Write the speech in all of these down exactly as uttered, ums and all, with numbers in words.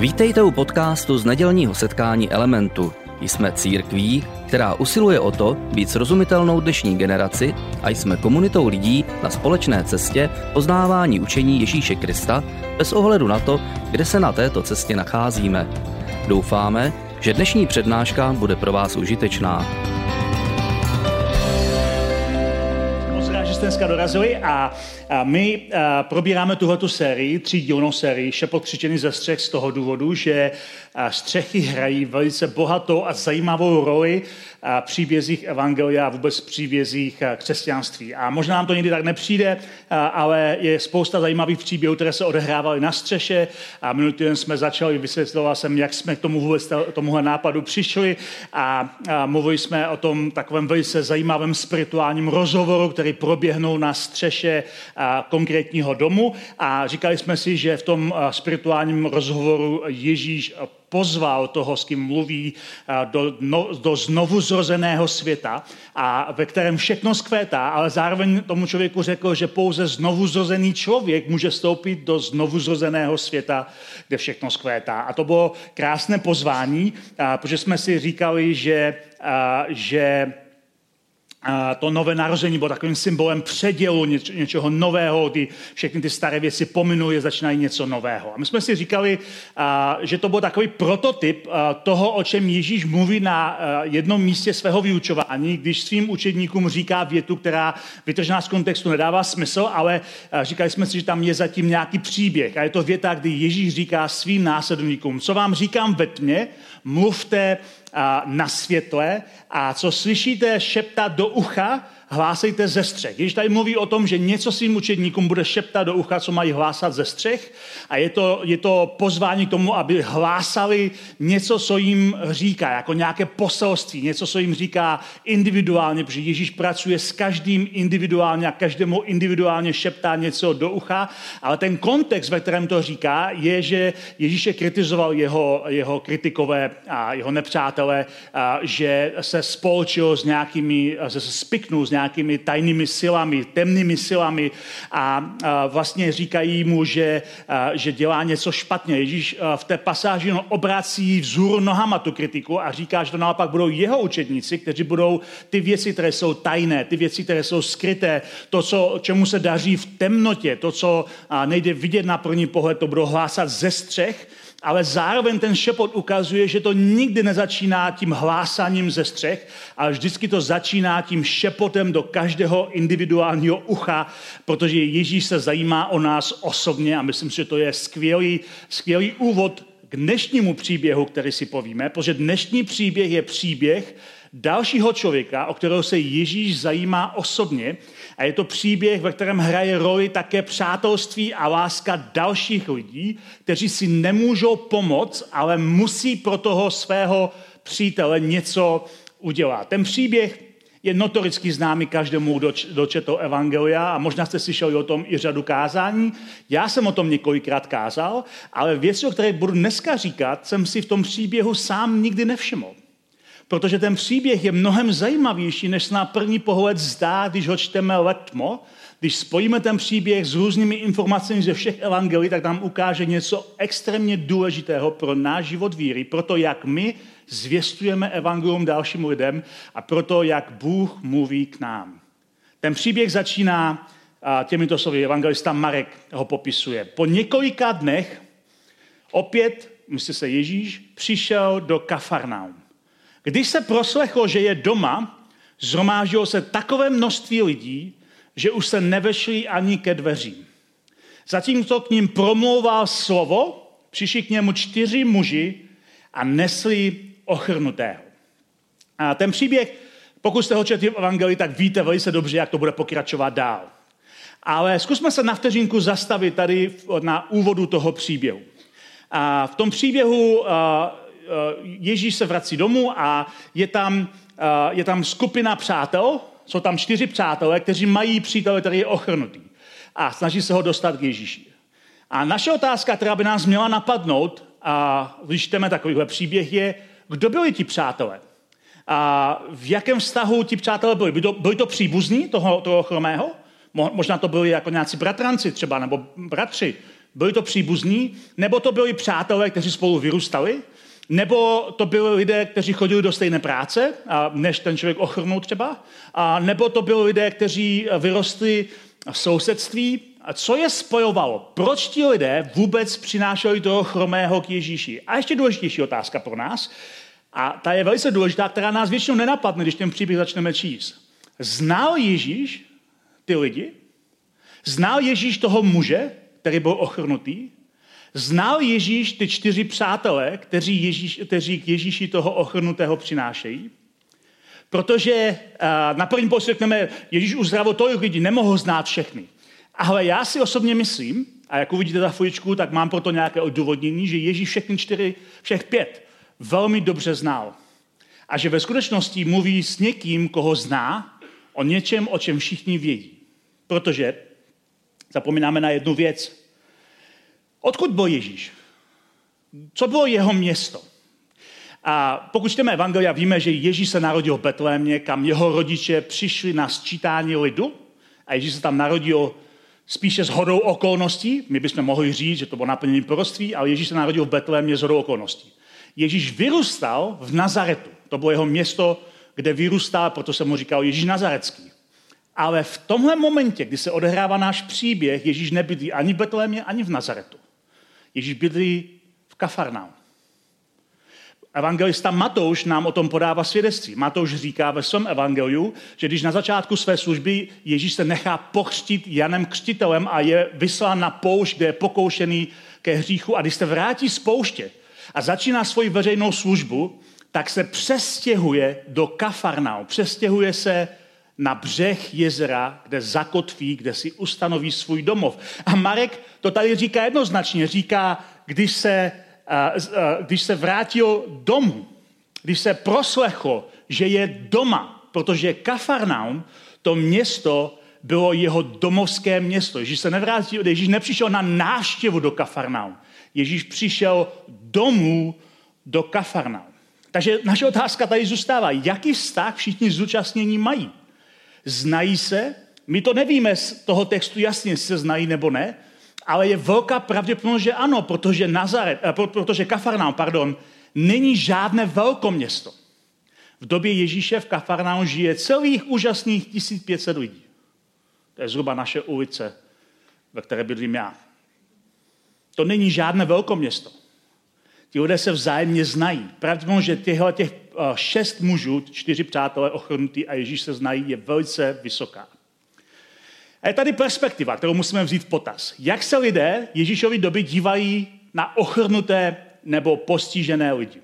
Vítejte u podcastu z nedělního setkání Elementu. Jsme církví, která usiluje o to být srozumitelnou dnešní generaci a jsme komunitou lidí na společné cestě poznávání učení Ježíše Krista bez ohledu na to, kde se na této cestě nacházíme. Doufáme, že dnešní přednáška bude pro vás užitečná. Dneska dorazili a, a my a, probíráme tuhletu sérii, třídílnou sérii Šepot křičený ze střech z toho důvodu, že a, střechy hrají velice bohatou a zajímavou roli a, v příbězích evangelia a vůbec v příbězích a, křesťanství. A možná nám to někdy tak nepřijde, a, ale je spousta zajímavých příběhů, které se odehrávaly na střeše a minulý týden jsme začali, vysvětloval jsem, jak jsme k tomu vůbec tomuhle nápadu přišli a, a mluvili jsme o tom takovém velice zajímavém spirituálním rozhovoru, který proběhnul na střeše a, konkrétního domu a říkali jsme si, že v tom a, spirituálním rozhovoru Ježíš pozval toho, s kým mluví, do, no, do znovuzrozeného světa, a ve kterém všechno zkvétá, ale zároveň tomu člověku řekl, že pouze znovuzrozený člověk může vstoupit do znovuzrozeného světa, kde všechno zkvétá. A to bylo krásné pozvání, protože jsme si říkali, že, že a to nové narození bylo takovým symbolem předělu, něč, něčeho nového, kdy všechny ty staré věci pominuly, začínají něco nového. A my jsme si říkali, a, že to byl takový prototyp a, toho, o čem Ježíš mluví na a, jednom místě svého vyučování, když svým učedníkům říká větu, která vytržená z kontextu nedává smysl, ale a, říkali jsme si, že tam je zatím nějaký příběh. A je to věta, kdy Ježíš říká svým následovníkům: co vám říkám ve tmě, mluvte na světle, a co slyšíte šeptat do ucha, hlásejte ze střech. Ježíš tady mluví o tom, že něco svým učedníkům bude šeptat do ucha, co mají hlásat ze střech, a je to, je to pozvání k tomu, aby hlásali něco, co jim říká, jako nějaké poselství, něco, co jim říká individuálně, protože Ježíš pracuje s každým individuálně a každému individuálně šeptá něco do ucha, ale ten kontext, ve kterém to říká, je, že Ježíš je kritizoval jeho, jeho kritikové a jeho nepřátelé, a že se spolčil s nějakými, se spiknul s nějakými tajnými silami, temnými silami a, a vlastně říkají mu, že, a, že dělá něco špatně. Ježíš a, v té pasáži obrací vzhůru nohama tu kritiku a říká, že to naopak budou jeho učedníci, kteří budou ty věci, které jsou tajné, ty věci, které jsou skryté, to, co, čemu se daří v temnotě, to, co a, nejde vidět na první pohled, to budou hlásat ze střech. Ale zároveň ten šepot ukazuje, že to nikdy nezačíná tím hlásáním ze střech, ale vždycky to začíná tím šepotem do každého individuálního ucha, protože Ježíš se zajímá o nás osobně a myslím si, že to je skvělý, skvělý úvod k dnešnímu příběhu, který si povíme, protože dnešní příběh je příběh dalšího člověka, o kterého se Ježíš zajímá osobně, a je to příběh, ve kterém hraje roli také přátelství a láska dalších lidí, kteří si nemůžou pomoct, ale musí pro toho svého přítele něco udělat. Ten příběh je notoricky známý každému, kdo četl evangelia, a možná jste slyšeli o tom i řadu kázání. Já jsem o tom několikrát kázal, ale věci, o které budu dneska říkat, jsem si v tom příběhu sám nikdy nevšiml. Protože ten příběh je mnohem zajímavější, než se na první pohled zdá, když ho čteme letmo. Když spojíme ten příběh s různými informacemi ze všech evangelií, tak nám ukáže něco extrémně důležitého pro náš život víry, pro to, jak my zvěstujeme evangelium dalším lidem a pro to, jak Bůh mluví k nám. Ten příběh začíná těmito slovy. Evangelista Marek ho popisuje. Po několika dnech opět, myslí se Ježíš, přišel do Kafarnaum. Když se proslechlo, že je doma, shromáždilo se takové množství lidí, že už se nevešli ani ke dveřím. Zatímco k ním promlouval slovo, přišli k němu čtyři muži a nesli ochrnutého. A ten příběh, pokud jste ho četli v evangelii, tak víte velice dobře, jak to bude pokračovat dál. Ale zkusme se na vteřinku zastavit tady na úvodu toho příběhu. A v tom příběhu Ježíš se vrací domů a je tam, je tam skupina přátel, jsou tam čtyři přátelé, kteří mají přítele, který je ochrnutý a snaží se ho dostat k Ježíši. A naše otázka, která by nás měla napadnout, a když čteme takovýhle příběh, je, kdo byli ti přátelé? A v jakém vztahu ti přátelé byli? Byli to, byli to příbuzní toho, toho chromého? Možná to byli jako nějací bratranci třeba, nebo bratři. Byli to příbuzní, nebo to byli přátelé, kteří spolu vyrůstali, nebo to byli lidé, kteří chodili do stejné práce, než ten člověk ochrnul třeba, a nebo to byli lidé, kteří vyrostli v sousedství. A co je spojovalo? Proč ti lidé vůbec přinášeli toho chromého k Ježíši? A ještě důležitější otázka pro nás, a ta je velice důležitá, která nás většinou nenapadne, když ten příběh začneme číst. Znal Ježíš ty lidi? Znal Ježíš toho muže, který byl ochrnutý? Znal Ježíš ty čtyři přátelé, kteří, Ježíš, kteří k Ježíši toho ochrnutého přinášejí? Protože uh, na první pohled řekneme, Ježíš uzdravil tolik lidí, nemohl znát všechny. Ale já si osobně myslím, a jak uvidíte za chviličku, tak mám proto nějaké odůvodnění, že Ježíš všechny čtyři, všech pět velmi dobře znal. A že ve skutečnosti mluví s někým, koho zná, o něčem, o čem všichni vědí. Protože zapomínáme na jednu věc. Odkud byl Ježíš? Co bylo jeho město? A pokud čteme evangelia, víme, že Ježíš se narodil v Betlémě, kam jeho rodiče přišli na sčítání lidu. A Ježíš se tam narodil spíše shodou okolností. My bychom mohli říct, že to bylo naplnění proroctví, ale Ježíš se narodil v Betlémě shodou okolností. Ježíš vyrůstal v Nazaretu. To bylo jeho město, kde vyrůstal, proto se mu říkal Ježíš Nazarecký. Ale v tomhle momentě, kdy se odehrává náš příběh, Ježíš nebydlí ani v Betlémě, ani v Nazaretu. Ježíš bydlí v Kafarnaum. Evangelista Matouš nám o tom podává svědectví. Matouš říká ve svém evangeliu, že když na začátku své služby Ježíš se nechá pokřtít Janem Křtitelem a je vyslán na poušť, kde je pokoušený ke hříchu, a když se vrátí z pouště a začíná svoji veřejnou službu, tak se přestěhuje do Kafarnaum. Přestěhuje se na břeh jezera, kde zakotví, kde si ustanoví svůj domov. A Marek to tady říká jednoznačně. Říká, když se, když se vrátil domů, když se proslechl, že je doma, protože Kafarnaum, to město, bylo jeho domovské město. Ježíš se nevrátil, Ježíš nepřišel na návštěvu do Kafarnaum. Ježíš přišel domů do Kafarnaum. Takže naše otázka tady zůstává. Jaký vztah všichni zúčastnění mají? Znají se? My to nevíme z toho textu jasně, jestli se znají nebo ne, ale je velká pravděpodobnost, že ano, protože, Nazaret, protože Kafarnaum pardon, není žádné velkoměsto. V době Ježíše v Kafarnaum žije celých úžasných tisíc pět set lidí. To je zhruba naše ulice, ve které bydlím já. To není žádné velkoměsto. Ti lidé se vzájemně znají. Pravděpodobnost, že těchto těch šest mužů, čtyři přátelé ochrnutí a Ježíš se znají, je velice vysoká. A je tady perspektiva, kterou musíme vzít v potaz. Jak se lidé Ježíšovy doby dívají na ochrnuté nebo postižené lidi?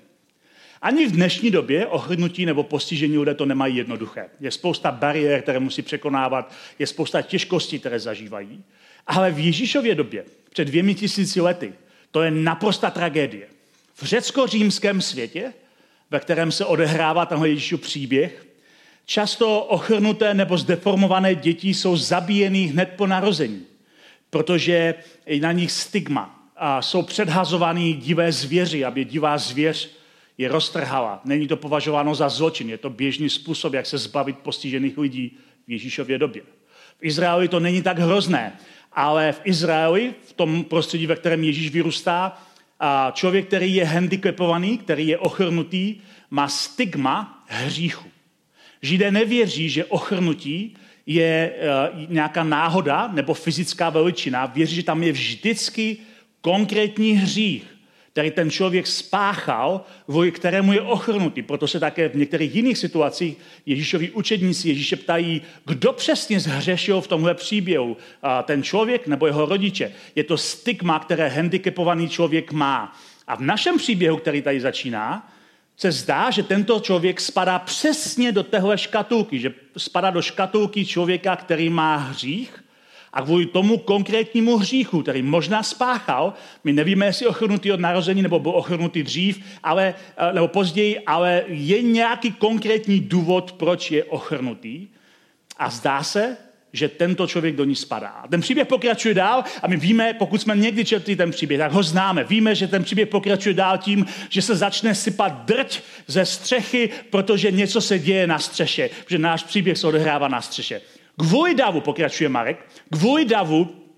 Ani v dnešní době ochrnutí nebo postižení lidé to nemají jednoduché. Je spousta bariér, které musí překonávat, je spousta těžkostí, které zažívají. Ale v Ježíšově době, před dvěmi tisíci lety, to je naprostá tragédie. V řecko-římském světě, ve kterém se odehrává tenhle Ježíšův příběh, často ochrnuté nebo zdeformované děti jsou zabíjeny hned po narození, protože je na nich stigma a jsou předhazovány divé zvěři, aby divá zvěř je roztrhala. Není to považováno za zločin, je to běžný způsob, jak se zbavit postižených lidí v Ježíšově době. V Izraeli to není tak hrozné, ale v Izraeli, v tom prostředí, ve kterém Ježíš vyrůstá, a člověk, který je handicapovaný, který je ochrnutý, má stigma hříchu. Židé nevěří, že ochrnutí je uh, nějaká náhoda nebo fyzická veličina. Věří, že tam je vždycky konkrétní hřích, který ten člověk spáchal, kvůli kterému je ochrnutý. Proto se také v některých jiných situacích Ježíšovi učedníci Ježíše ptají, kdo přesně zhřešil v tomhle příběhu, ten člověk nebo jeho rodiče. Je to stigma, které handicapovaný člověk má. A v našem příběhu, který tady začíná, se zdá, že tento člověk spadá přesně do téhle škatulky, že spadá do škatulky člověka, který má hřích, a kvůli tomu konkrétnímu hříchu, který možná spáchal, my nevíme, jestli ochrnutý od narození nebo byl ochrnutý dřív, ale, nebo později, ale je nějaký konkrétní důvod, proč je ochrnutý. A zdá se, že tento člověk do ní spadá. Ten příběh pokračuje dál a my víme, pokud jsme někdy četli ten příběh, tak ho známe. Víme, že ten příběh pokračuje dál tím, že se začne sypat drť ze střechy, protože něco se děje na střeše, protože náš příběh se odehrává na střeše. Kvůli davu, pokračuje Marek, kvůli davu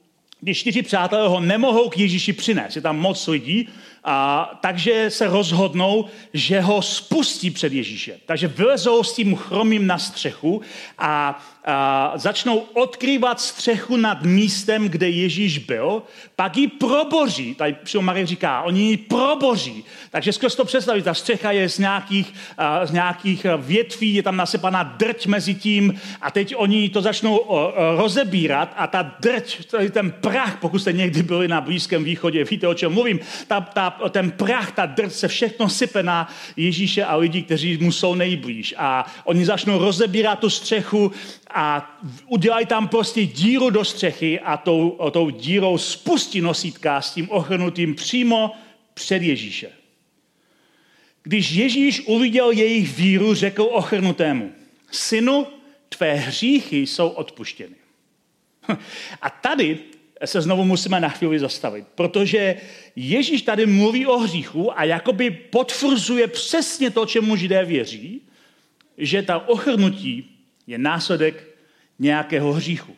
Když čtyři přátelé ho nemohou k Ježíši přinést, je tam moc lidí, a, takže se rozhodnou, že ho spustí před Ježíše. Takže vylezou s tím chromým na střechu a, a začnou odkrývat střechu nad místem, kde Ježíš byl, pak ji proboří. Tady přímo Marie říká, oni ji proboří. Takže zkus to představit, ta střecha je z nějakých, a, z nějakých větví, je tam nasypaná drť mezi tím a teď oni to začnou o, o, rozebírat a ta drť, ten prach, pokud jste někdy byli na Blízkém východě, víte, o čem mluvím, ta, ta, ten prach, ta drť se všechno sype na Ježíše a lidi, kteří mu jsou nejblíž. A oni začnou rozebírat tu střechu a udělají tam prostě díru do střechy a tou, tou dírou spustí nosítka s tím ochrnutým přímo před Ježíše. Když Ježíš uviděl jejich víru, řekl ochrnutému, synu, tvé hříchy jsou odpuštěny. A tady se znovu musíme na chvíli zastavit, protože Ježíš tady mluví o hříchu a jakoby potvrzuje přesně to, čemu Židé věří, že ta ochrnutí je následek nějakého hříchu.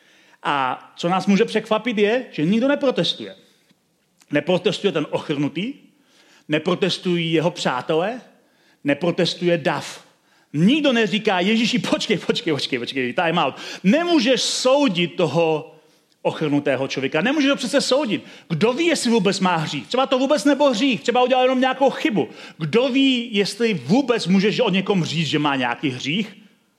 A co nás může překvapit je, že nikdo neprotestuje. Neprotestuje ten ochrnutý, neprotestují jeho přátelé, neprotestuje dav. Nikdo neříká, Ježíši, počkej, počkej, počkej, počkej, time out. Nemůžeš soudit toho ochrnutého člověka. Nemůže to přece soudit. Kdo ví, jestli vůbec má hřích? Třeba to vůbec nebyl hřích, třeba udělal jenom nějakou chybu. Kdo ví, jestli vůbec můžeš o někom říct, že má nějaký hřích?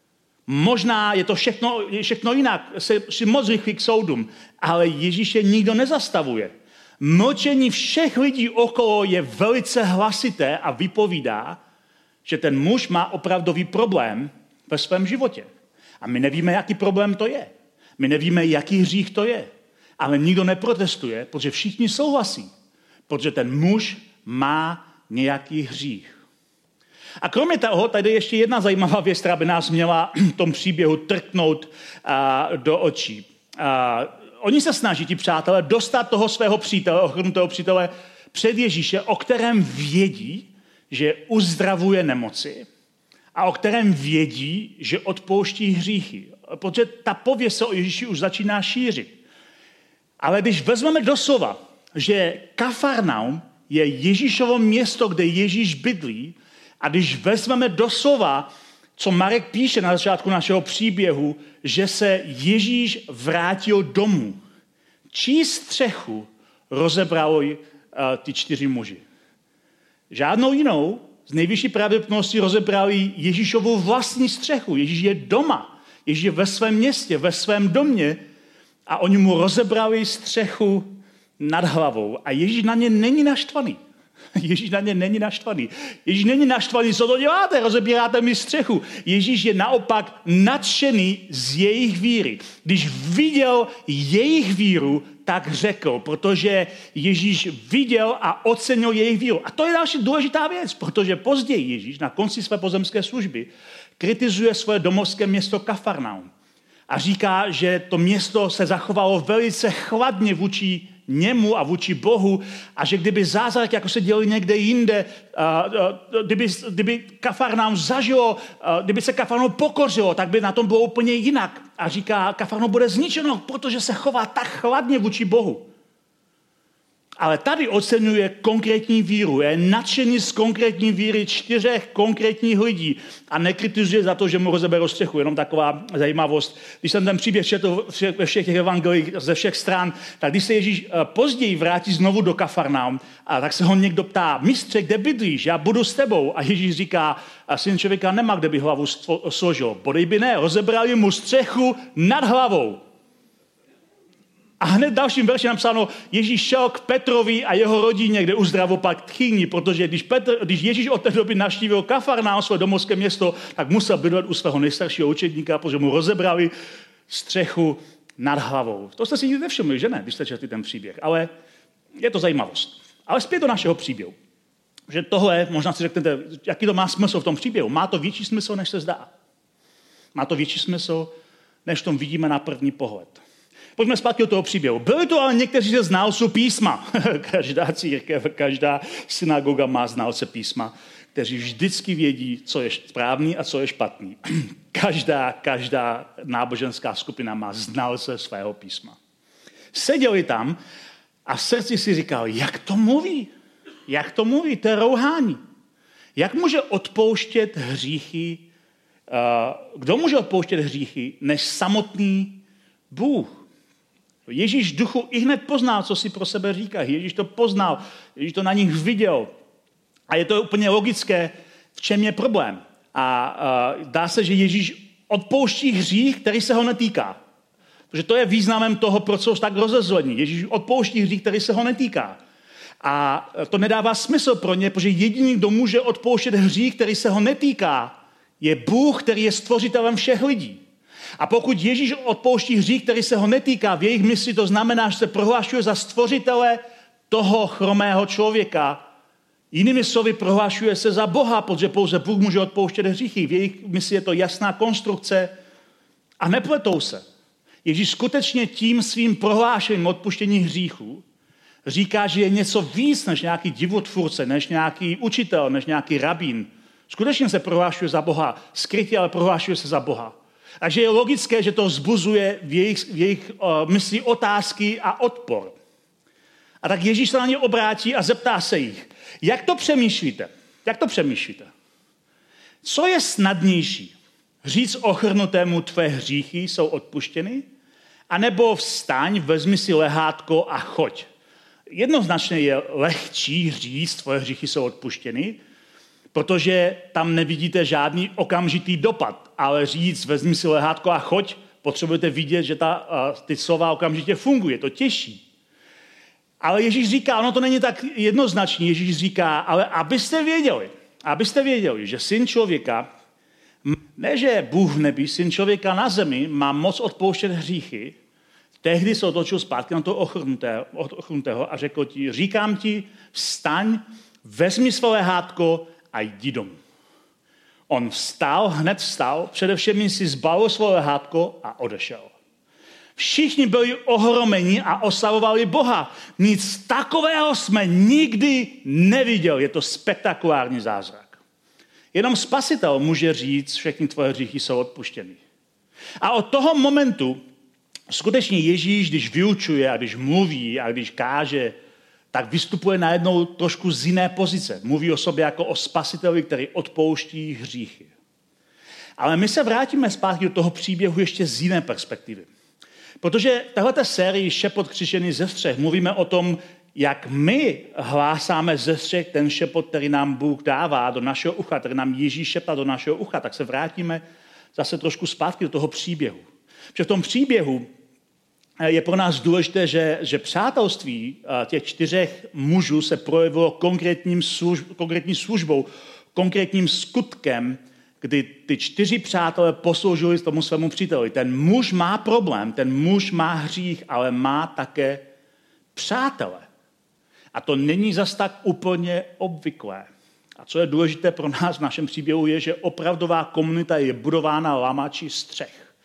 Možná je to všechno, všechno jinak, si moc rychlý k soudům, ale Ježíše nikdo nezastavuje. Mlčení všech lidí okolo je velice hlasité a vypovídá, že ten muž má opravdový problém ve svém životě. A my nevíme, jaký problém to je. My nevíme, jaký hřích to je. Ale nikdo neprotestuje, protože všichni souhlasí. Protože ten muž má nějaký hřích. A kromě toho, tady je ještě jedna zajímavá věc, která by nás měla v tom příběhu trknout uh, do očí. Uh, oni se snaží, ti přátelé, dostat toho svého přítele, ochrnutého přítele před Ježíše, o kterém vědí, že uzdravuje nemoci a o kterém vědí, že odpouští hříchy. Protože ta pověst se o Ježíši už začíná šířit. Ale když vezmeme doslova, že Kafarnaum je Ježíšovo město, kde Ježíš bydlí, a když vezmeme doslova, co Marek píše na začátku našeho příběhu, že se Ježíš vrátil domů, čí střechu rozebrali uh, ty čtyři muži? Žádnou jinou, z nejvyšší pravděpodobností rozebrali Ježíšovu vlastní střechu. Ježíš je doma. Ježíš je ve svém městě, ve svém domě a oni mu rozebrali střechu nad hlavou. A Ježíš na ně není naštvaný. Ježíš na ně není naštvaný. Ježíš není naštvaný, co to děláte, rozebíráte mi střechu. Ježíš je naopak nadšený z jejich víry. Když viděl jejich víru, tak řekl, protože Ježíš viděl a ocenil jejich víru. A to je další důležitá věc, protože později Ježíš na konci své pozemské služby kritizuje své domovské město Kafarnaum. A říká, že to město se zachovalo velice chladně vůči němu a vůči Bohu a že kdyby zázrak, jako se děli někde jinde, kdyby, kdyby Kafarnaum zažilo, kdyby se Kafarnaum pokořilo, tak by na tom bylo úplně jinak. A říká, Kafarnaum bude zničeno, protože se chová tak chladně vůči Bohu. Ale tady oceňuje konkrétní víru, je nadšený z konkrétní víry čtyřech konkrétních lidí a nekritizuje za to, že mu rozeberou střechu. Jenom taková zajímavost. Když jsem ten příběh četl ve všech těch evangelích ze všech stran, tak když se Ježíš později vrátí znovu do Kafarnaum, a tak se ho někdo ptá, mistře, kde bydlíš? Já budu s tebou. A Ježíš říká, a syn člověka nemá, kde by hlavu složil. Bodej by ne, rozebrali mu střechu nad hlavou. A hned dalším verši napsáno, Ježíš šel k Petrovi a jeho rodině, kde uzdravoval pak tchýni, protože když, Petr, když Ježíš od té doby navštívil Kafarnaum, své domovské město, tak musel bydlet u svého nejstaršího učedníka, protože mu rozebrali střechu nad hlavou. To jste si nikdy nevšimli, že ne, když jste četli ten příběh, ale je to zajímavost. Ale zpět do našeho příběhu. Že tohle, možná si řeknete, jaký to má smysl v tom příběhu. Má to větší smysl, než se zdá. Má to větší smysl, než v tom vidíme na první pohled. Pojďme zpátky do toho příběhu. Byli to ale někteří ze znalců písma. Každá církev, každá synagoga má znalce písma, kteří vždycky vědí, co je správný a co je špatný. Každá, každá náboženská skupina má znalce svého písma. Seděli tam a v srdci si říkal, jak to mluví? Jak to mluví? To je rouhání. Jak může odpouštět hříchy, uh, kdo může odpouštět hříchy, než samotný Bůh? Ježíš v duchu i hned poznal, co si pro sebe říká. Ježíš to poznal, Ježíš to na nich viděl. A je to úplně logické, v čem je problém. A uh, dá se, že Ježíš odpouští hřích, který se ho netýká. Protože to je významem toho, proč jsou tak rozezlení. Ježíš odpouští hřích, který se ho netýká. A to nedává smysl pro ně, protože jediný, kdo může odpouštět hřích, který se ho netýká, je Bůh, který je stvořitelem všech lidí. A pokud Ježíš odpouští hřích, který se ho netýká, v jejich mysli to znamená, že se prohlašuje za stvořitele toho chromého člověka. Jinými slovy prohlašuje se za Boha, protože pouze Bůh může odpouštět hříchy. V jejich mysli je to jasná konstrukce a nepletou se. Ježíš skutečně tím svým prohlášením odpuštění hříchů říká, že je něco víc než nějaký divotvůrce, než nějaký učitel, než nějaký rabín. Skutečně se prohlášuje za Boha, skrytě, ale prohlášuje se za Boha. A že je logické, že to vzbuzuje v jejich, v jejich uh, mysli otázky a odpor. A tak Ježíš se na ně obrátí a zeptá se jich, jak to přemýšlíte? Jak to přemýšlíte? Co je snadnější? Říct ochrnutému tvé hříchy jsou odpuštěny? A nebo vstaň, vezmi si lehátko a choď. Jednoznačně je lehčí říct, tvoje hříchy jsou odpuštěny, protože tam nevidíte žádný okamžitý dopad. Ale říct, vezmi si lehátko a choď, potřebujete vidět, že ta, ty slova okamžitě fungují. Je to těžší. Ale Ježíš říká, ono to není tak jednoznačný. Ježíš říká, ale abyste věděli, abyste věděli, že syn člověka, ne že Bůh v nebi, syn člověka na zemi, má moc odpouštět hříchy, tehdy se otočil zpátky na toho ochrnutého a řekl ti, říkám ti, vstaň, vezmi své lehátko a jdi domů. On vstal, hned vstal, především si zbalil své lehátko a odešel. Všichni byli ohromeni a oslavovali Boha. Nic takového jsme nikdy neviděli. Je to spektakulární zázrak. Jenom Spasitel může říct, všechny tvoje hříchy jsou odpuštěny. A od toho momentu skutečně Ježíš, když vyučuje a když mluví a když káže, tak vystupuje najednou trošku z jiné pozice. Mluví o sobě jako o Spasiteli, který odpouští hříchy. Ale my se vrátíme zpátky do toho příběhu ještě z jiné perspektivy. Protože tahleta sérii Šepot křičený ze střech mluvíme o tom, jak my hlásáme ze střech ten šepot, který nám Bůh dává do našeho ucha, který nám Ježíš šeptá do našeho ucha, tak se vrátíme zase trošku zpátky do toho příběhu. Protože v tom příběhu je pro nás důležité, že, že přátelství těch čtyřech mužů se projevilo konkrétním služb, konkrétní službou, konkrétním skutkem, kdy ty čtyři přátelé posloužili tomu svému příteli. Ten muž má problém, ten muž má hřích, ale má také přátele. A to není zas tak úplně obvyklé. A co je důležité pro nás v našem příběhu je, že opravdová komunita je budována lamači střech.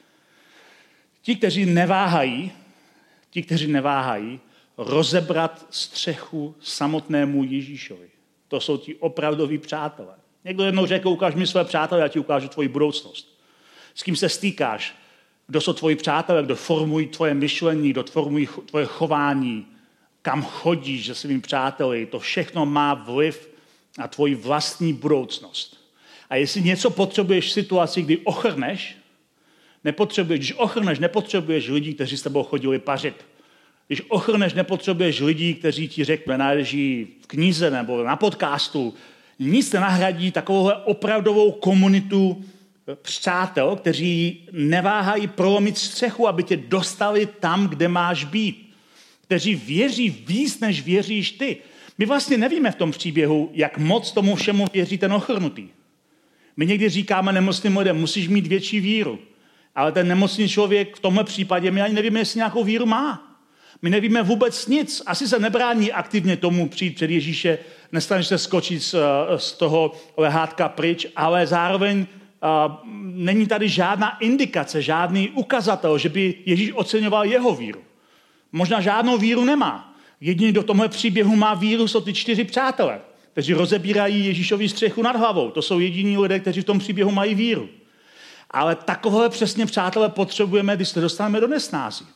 Ti, kteří neváhají, ti, kteří neváhají, rozebrat střechu samotnému Ježíšovi. To jsou ti opravdoví přátelé. Někdo jednou řekl, ukáž mi své přátelé, já ti ukážu tvoji budoucnost. S kým se stýkáš? Kdo jsou tvoji přátelé, kdo formují tvoje myšlení, kdo formují tvoje chování, kam chodíš se svými přáteli. To všechno má vliv na tvoji vlastní budoucnost. A jestli něco potřebuješ v situaci, kdy ochrneš, nepotřebuješ, když ochrneš, nepotřebuješ lidí, kteří s tebou chodili pařit. Když ochrneš, nepotřebuješ lidí, kteří ti řeknou, náleží v knize nebo na podcastu. Nic nenahradí takovouhle opravdovou komunitu přátel, kteří neváhají prolomit střechu, aby tě dostali tam, kde máš být. Kteří věří víc, než věříš ty. My vlastně nevíme v tom příběhu, jak moc tomu všemu věří ten ochrnutý. My někdy říkáme nemocným lidem, musíš mít větší víru. Ale ten nemocný člověk v tomhle případě, my ani nevíme, jestli nějakou víru má. My nevíme vůbec nic. Asi se nebrání aktivně tomu přijít před Ježíše, nestaneš se skočit z, z toho lehátka pryč, ale zároveň uh, není tady žádná indikace, žádný ukazatel, že by Ježíš oceňoval jeho víru. Možná žádnou víru nemá. Jediný, do tomhle příběhu má víru, jsou ty čtyři přátelé, kteří rozebírají Ježíšovi střechu nad hlavou. To jsou jediní lidé, kteří v tom příběhu mají víru. Ale takové přesně přátelé potřebujeme, když se dostaneme do nesnází.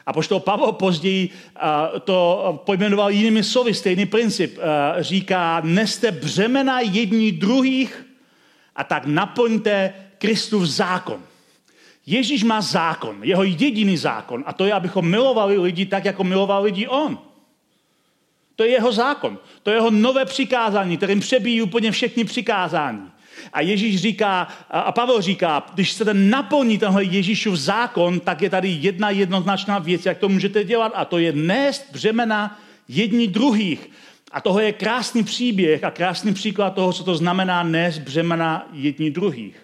Apoštol Pavel později uh, to pojmenoval jinými slovy, stejný princip. Uh, říká, neste břemena jedni druhých a tak naplňte Kristův zákon. Ježíš má zákon, jeho jediný zákon, a to je, abychom milovali lidi tak, jako miloval lidi on. To je jeho zákon, to je jeho nové přikázání, kterým přebíjí úplně všechny přikázání. A Ježíš říká, a Pavel říká, když chcete naplnit tenhle Ježíšův zákon, tak je tady jedna jednoznačná věc, jak to můžete dělat, a to je nést břemena jedni druhých. A tohle je krásný příběh a krásný příklad toho, co to znamená nést břemena jedni druhých.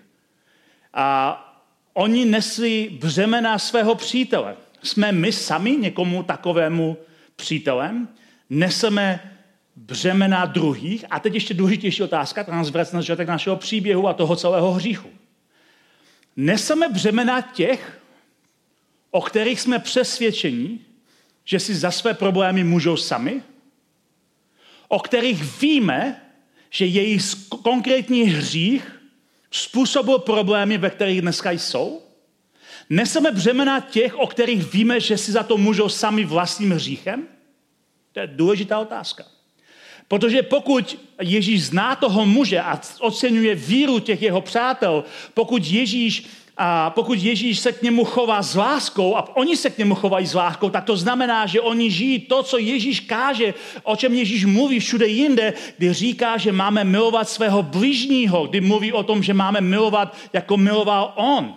A oni nesli břemena svého přítele. Jsme my sami někomu takovému přítelem? Neseme břemena druhých? A teď ještě důležitější otázka, která nás vrací na začátek našeho příběhu a toho celého hříchu. Neseme břemena těch, o kterých jsme přesvědčeni, že si za své problémy můžou sami? O kterých víme, že jejich konkrétní hřích způsobil problémy, ve kterých dneska jsou? Neseme břemena těch, o kterých víme, že si za to můžou sami vlastním hříchem? To je důležitá otázka. Protože pokud Ježíš zná toho muže a oceňuje víru těch jeho přátel, pokud Ježíš, a pokud Ježíš se k němu chová s láskou a oni se k němu chovají s láskou, tak to znamená, že oni žijí to, co Ježíš káže, o čem Ježíš mluví všude jinde, kdy říká, že máme milovat svého bližního, kdy mluví o tom, že máme milovat, jako miloval on.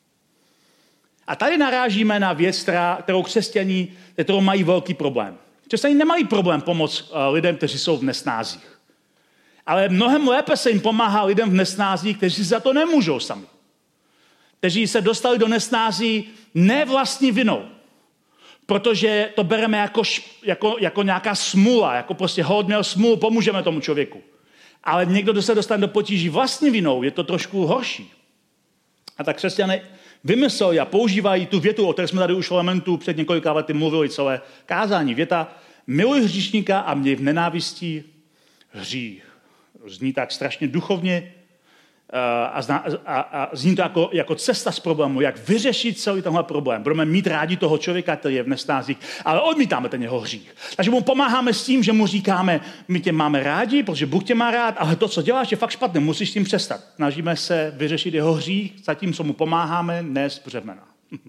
A tady narážíme na věc, kterou křesťaní, kterou mají velký problém. Křesťané nemají problém pomoct lidem, kteří jsou v nesnázích. Ale mnohem lépe se jim pomáhá lidem v nesnázích, kteří si za to nemůžou sami. Kteří se dostali do nesnází ne vlastní vinou. Protože to bereme jako, jako, jako nějaká smůla, jako prostě hod měl smůlu, pomůžeme tomu člověku. Ale někdo, kdo se dostane do potíží vlastní vinou, je to trošku horší. A tak křesťané vymysleli a používají tu větu, o které jsme tady už v Elementu před několika lety mluvili celé kázání. Věta, miluj hříšníka a měj v nenávistí hřích. Zní tak strašně duchovně a, zna, a, a zní to jako, jako cesta z problému, jak vyřešit celý tenhle problém. Budeme mít rádi toho člověka, který je v nesnázích, ale odmítáme ten jeho hřích. Takže mu pomáháme s tím, že mu říkáme, my tě máme rádi, protože Bůh tě má rád, ale to, co děláš, je fakt špatné, musíš s tím přestat. Snažíme se vyřešit jeho hřích, zatímco mu pomáháme nést břemena.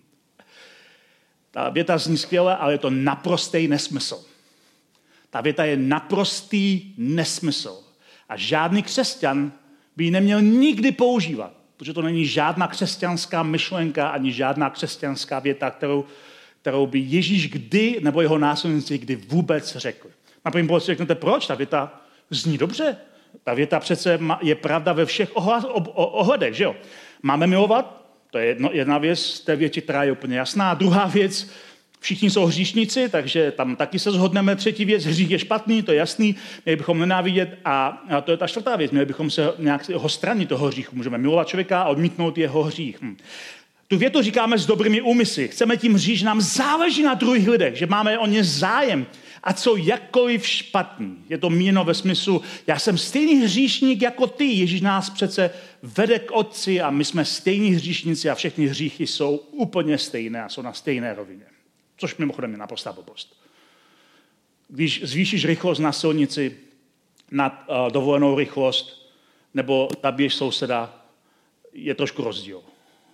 Ta věta zní skvěle, ale je to naprostý nesmysl. Ta věta je naprostý nesmysl. A žádný křesťan by ji neměl nikdy používat, protože to není žádná křesťanská myšlenka, ani žádná křesťanská věta, kterou, kterou by Ježíš kdy, nebo jeho následníci kdy vůbec řekli. Na první pohled si řeknete, proč? Ta věta zní dobře. Ta věta přece je pravda ve všech ohledech, že jo? Máme milovat, to je jedno, jedna věc, té věci, která je úplně jasná. Druhá věc, všichni jsou hříšníci, takže tam taky se shodneme. Třetí věc, hřích je špatný, to je jasný, měli bychom nenávidět. A, a to je ta čtvrtá věc, měli bychom se nějak ho stranit toho hříchu. Můžeme milovat člověka a odmítnout jeho hřích. Hm. Tu větu říkáme s dobrými úmysly. Chceme tím říct, že nám záleží na druhých lidech, že máme o ně zájem. A co jakkoliv špatný. Je to míněno ve smyslu, já jsem stejný hříšník jako ty. Ježíš nás přece vede k Otci a my jsme stejní hříšníci a všechny hříchy jsou úplně stejné a jsou na stejné rovině. Což mimochodem je naprostá blbost. Když zvýšíš rychlost na silnici nad uh, dovolenou rychlost nebo zabiješ souseda, je trošku rozdíl.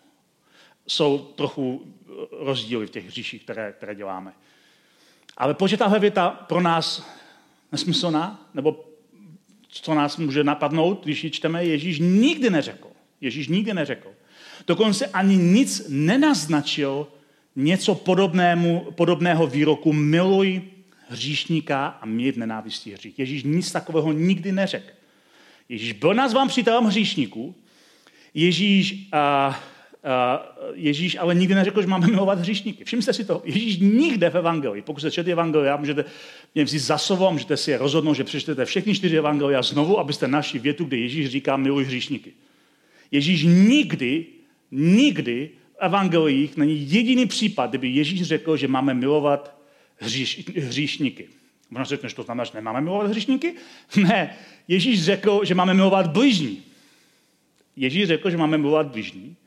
Jsou trochu rozdíly v těch hříších, které, které děláme. Ale proč je tahle věta pro nás nesmyslná? Nebo co nás může napadnout, když ji čteme? Ježíš nikdy neřekl. Ježíš nikdy neřekl. Dokonce ani nic nenaznačil něco podobnému, podobného výroku miluj hříšníka a měj v nenávisti hřích. Ježíš nic takového nikdy neřekl. Ježíš byl nazván přítelem hříšníků. Ježíš... Uh, Uh, Ježíš ale nikdy neřekl, že máme milovat hříšníky. Všimněte si to. Ježíš nikde v evangelii, pokud se čtete evangelia, můžete mě vzít za slovo, můžete si rozhodnout, že přečtete všechny čtyři evangelia znovu, abyste našli větu, kde Ježíš říká miluj hříšníky. Ježíš nikdy, nikdy v evangeliích není jediný případ, kdyby Ježíš řekl, že máme milovat hříš, hříšníky. Možná si řekne, že to znamená, že nemáme milovat hříšníky? Ne. Ježíš řekl, že máme milovat bližní. Ježíš řekl, že máme milovat bližní.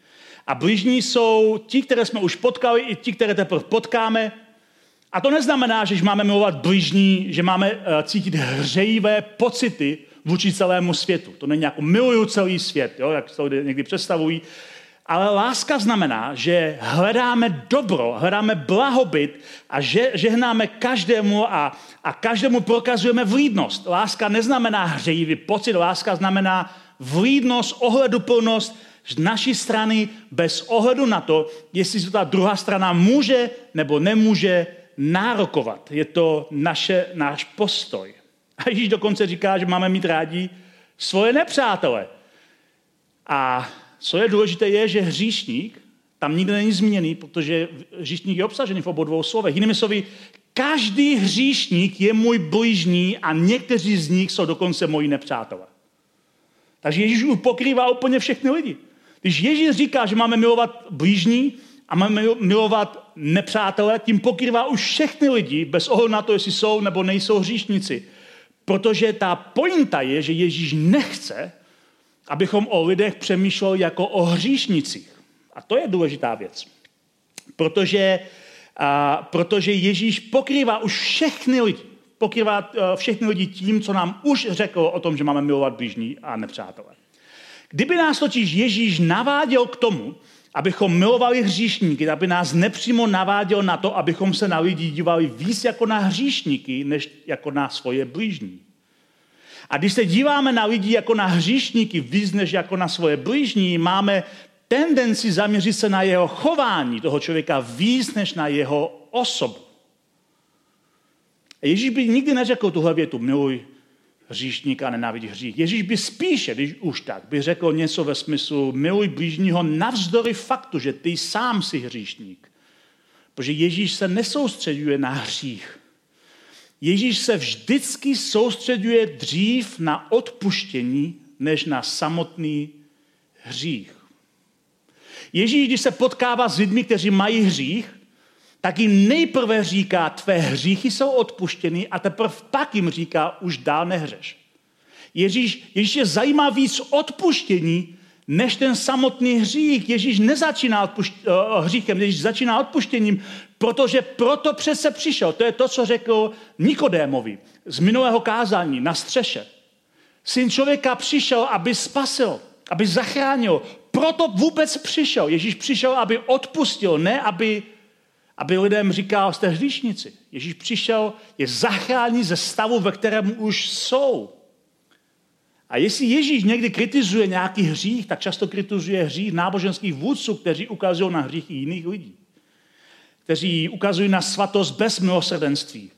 A bližní jsou ti, které jsme už potkali, i ti, které teprve potkáme. A to neznamená, že máme milovat bližní, že máme cítit hřejivé pocity vůči celému světu. To není jako miluju celý svět, jo, jak to někdy představují. Ale láska znamená, že hledáme dobro, hledáme blahobyt a že, žehnáme každému a, a každému prokazujeme vlídnost. Láska neznamená hřejivý pocit, láska znamená vlídnost, ohleduplnost z naší strany bez ohledu na to, jestli se ta druhá strana může nebo nemůže nárokovat. Je to naše, náš postoj. A Ježíš dokonce říká, že máme mít rádi svoje nepřátele. A co je důležité je, že hříšník tam nikdy není zmíněný, protože hříšník je obsažený v obou dvou slovech. Jinými slovy, každý hříšník je můj bližní a někteří z nich jsou dokonce moji nepřátelé. Takže Ježíš pokrývá úplně všechny lidi. Když Ježíš říká, že máme milovat bližní a máme milovat nepřátele, tím pokrývá už všechny lidi, bez ohledu na to, jestli jsou nebo nejsou hříšníci. Protože ta pointa je, že Ježíš nechce, abychom o lidech přemýšleli jako o hříšnicích. A to je důležitá věc. Protože, a, protože Ježíš pokrývá už všechny lidi. Pokrývá všechny lidi tím, co nám už řekl o tom, že máme milovat bližní a nepřátele. Kdyby nás totiž Ježíš naváděl k tomu, abychom milovali hříšníky, aby nás nepřímo naváděl na to, abychom se na lidi dívali víc jako na hříšníky, než jako na svoje bližní. A když se díváme na lidi jako na hříšníky víc než jako na svoje bližní, máme tendenci zaměřit se na jeho chování toho člověka víc než na jeho osobu. A Ježíš by nikdy neřekl tuhle větu, miluj hříšníka a nenávidí hřích. Ježíš by spíše, když už tak, by řekl něco ve smyslu miluj blížního navzdory faktu, že ty sám jsi hříšník. Protože Ježíš se nesoustředuje na hřích. Ježíš se vždycky soustředuje dřív na odpuštění, než na samotný hřích. Ježíš, když se potkává s lidmi, kteří mají hřích, tak jim nejprve říká, tvé hříchy jsou odpuštěny a teprve pak jim říká, už dál nehřeš. Ježíš, Ježíš je zajímá víc odpuštění, než ten samotný hřích. Ježíš nezačíná odpušť- uh, hříchem, Ježíš začíná odpuštěním, protože proto přece přišel. To je to, co řekl Nikodémovi z minulého kázání na střeše. Syn člověka přišel, aby spasil, aby zachránil. Proto vůbec přišel. Ježíš přišel, aby odpustil, ne aby, aby lidem říkal, jste hříšnici. Ježíš přišel je zachránit ze stavu, ve kterém už jsou. A jestli Ježíš někdy kritizuje nějaký hřích, tak často kritizuje hřích náboženských vůdců, kteří ukazují na hříchy jiných lidí. Kteří ukazují na svatost bez milosrdenství.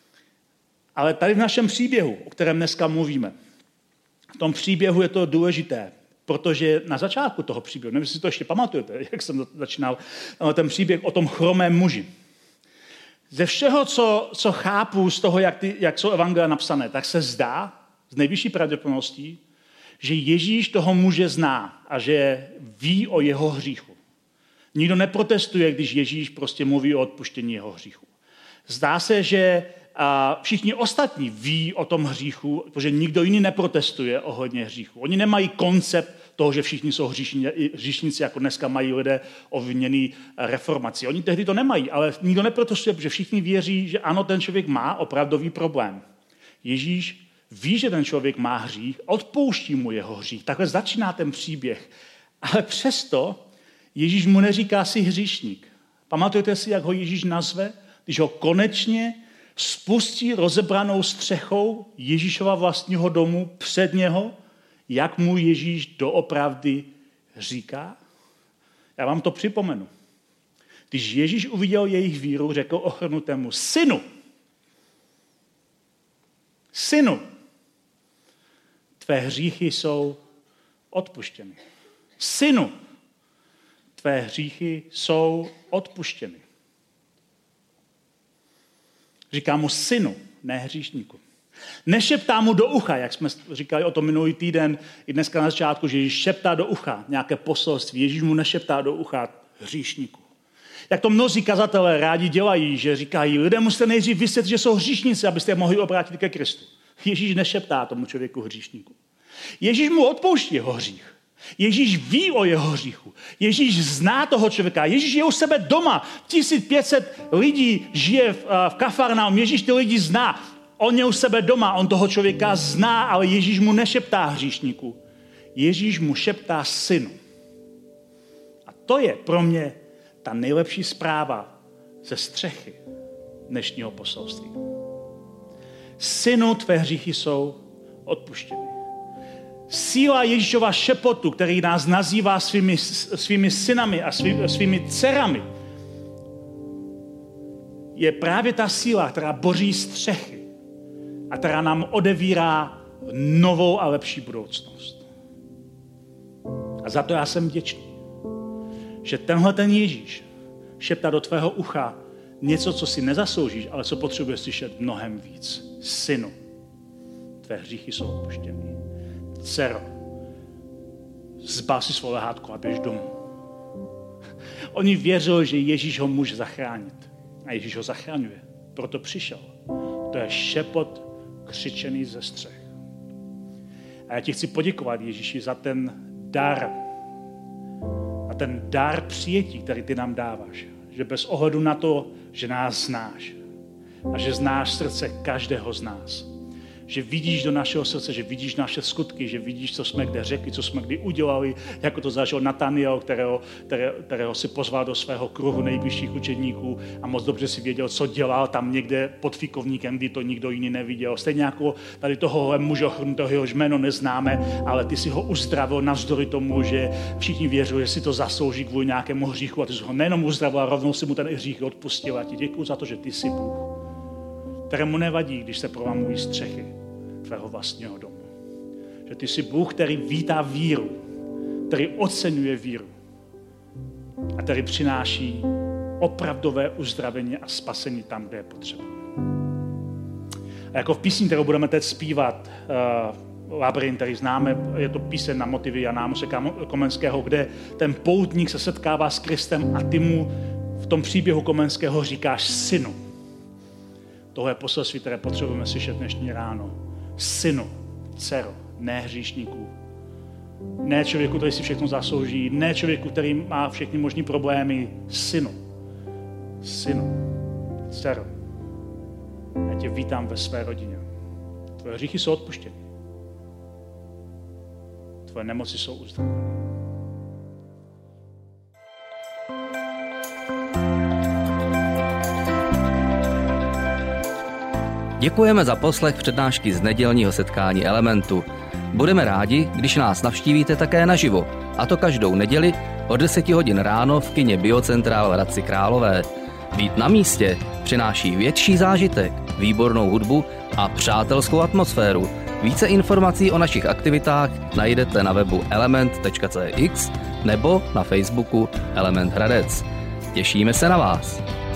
Ale tady v našem příběhu, o kterém dneska mluvíme, v tom příběhu je to důležité, protože na začátku toho příběhu, nevím, jestli si to ještě pamatujete, jak jsem začínal ten příběh o tom chromém muži. Ze všeho, co, co chápu z toho, jak, ty, jak jsou evangelia napsané, tak se zdá, z nejvyšší pravděpodobností, že Ježíš toho muže zná a že ví o jeho hříchu. Nikdo neprotestuje, když Ježíš prostě mluví o odpuštění jeho hříchu. Zdá se, že všichni ostatní ví o tom hříchu, protože nikdo jiný neprotestuje ohledně hříchu. Oni nemají koncept toho, že všichni jsou hříšníci, jako dneska mají lidé ovlivněný reformací. Oni tehdy to nemají, ale nikdo neprotestuje, protože všichni věří, že ano, ten člověk má opravdový problém. Ježíš ví, že ten člověk má hřích, odpouští mu jeho hřích. Takhle začíná ten příběh. Ale přesto Ježíš mu neříká si hříšník. Pamatujete si, jak ho Ježíš nazve? Když ho konečně spustí rozebranou střechou Ježíšova vlastního domu před něho, jak mu Ježíš doopravdy říká? Já vám to připomenu. Když Ježíš uviděl jejich víru, řekl ochrnutému, synu, synu, tvé hříchy jsou odpuštěny. Synu, tvé hříchy jsou odpuštěny. Říká mu synu, ne hříšníku. Nešeptá mu do ucha, jak jsme říkali o tom minulý týden, i dneska na začátku, že Ježíš šeptá do ucha nějaké poselství. Ježíš mu nešeptá do ucha hříšníku. Jak to mnozí kazatelé rádi dělají, že říkají, lidé musíte nejdřív vysvětlit, že jsou hříšníci, abyste je mohli obrátit ke Kristu. Ježíš nešeptá tomu člověku hříšníku. Ježíš mu odpouští jeho hřích. Ježíš ví o jeho hříchu. Ježíš zná toho člověka. Ježíš je u sebe doma. tisíc pět set lidí žije v, v Kafarnaum. Ježíš ty lidi zná. On je u sebe doma. On toho člověka zná, ale Ježíš mu nešeptá hříšníku. Ježíš mu šeptá synu. A to je pro mě ta nejlepší zpráva ze střechy dnešního poselství. Synu, tvé hříchy jsou odpuštěny. Síla Ježíšova šepotu, který nás nazývá svými, svými synami a svý, svými dcerami, je právě ta síla, která boří střechy a která nám odevírá novou a lepší budoucnost. A za to já jsem vděčný, že tenhle ten Ježíš šeptá do tvého ucha něco, co si nezasloužíš, ale co potřebuješ slyšet mnohem víc. Synu, tvé hříchy jsou odpuštěny. Dcero, zbav si svou lehátko a běž domů. Oni věřili, že Ježíš ho může zachránit. A Ježíš ho zachraňuje. Proto přišel. To je šepot křičený ze střech. A já ti chci poděkovat, Ježíši, za ten dar. A ten dar přijetí, který ty nám dáváš. Že bez ohledu na to, že nás znáš. A že znáš srdce každého z nás. Že vidíš do našeho srdce, že vidíš naše skutky, že vidíš, co jsme kde řekli, co jsme kdy udělali, jako to zažil Nataniel, kterého, které, kterého si pozval do svého kruhu nejbližších učedníků a moc dobře si věděl, co dělal tam někde pod fíkovníkem, kdy to nikdo jiný neviděl. Stejně jako tady tohohle muže ochrnutého, jehož jméno neznáme, ale ty si ho uzdravil navzdory tomu, že všichni věřili, že si to zaslouží kvůli nějakému hříchu a ty jsi ho nejenom uzdravil, a rovnou si mu ten hřích odpustil. A ti děkuju za to, že ty jsi Bůh, kterému nevadí, když se prolamují střechy tvého vlastního domu. Že ty jsi Bůh, který vítá víru, který oceňuje víru a který přináší opravdové uzdravení a spasení tam, kde je potřeba. A jako v písni, kterou budeme teď zpívat, uh, Labyrint, který známe, je to píseň na motivy Jana Amose Komenského, kde ten poutník se setkává s Kristem a ty mu v tom příběhu Komenského říkáš synu. Tohle je poselství, které potřebujeme slyšet dnešní ráno. Synu, dcero, ne hříšníků. Ne člověku, který si všechno zaslouží. Ne člověku, který má všechny možný problémy. Synu, synu, dcero. Já tě vítám ve své rodině. Tvoje hříchy jsou odpuštěny. Tvoje nemoci jsou uzdraveny. Děkujeme za poslech přednášky z nedělního setkání Elementu. Budeme rádi, když nás navštívíte také naživo, a to každou neděli od deset hodin ráno v kině Biocentral v Hradci Králové. Být na místě přináší větší zážitek, výbornou hudbu a přátelskou atmosféru. Více informací o našich aktivitách najdete na webu element tečka cé x nebo na Facebooku Element Hradec. Těšíme se na vás.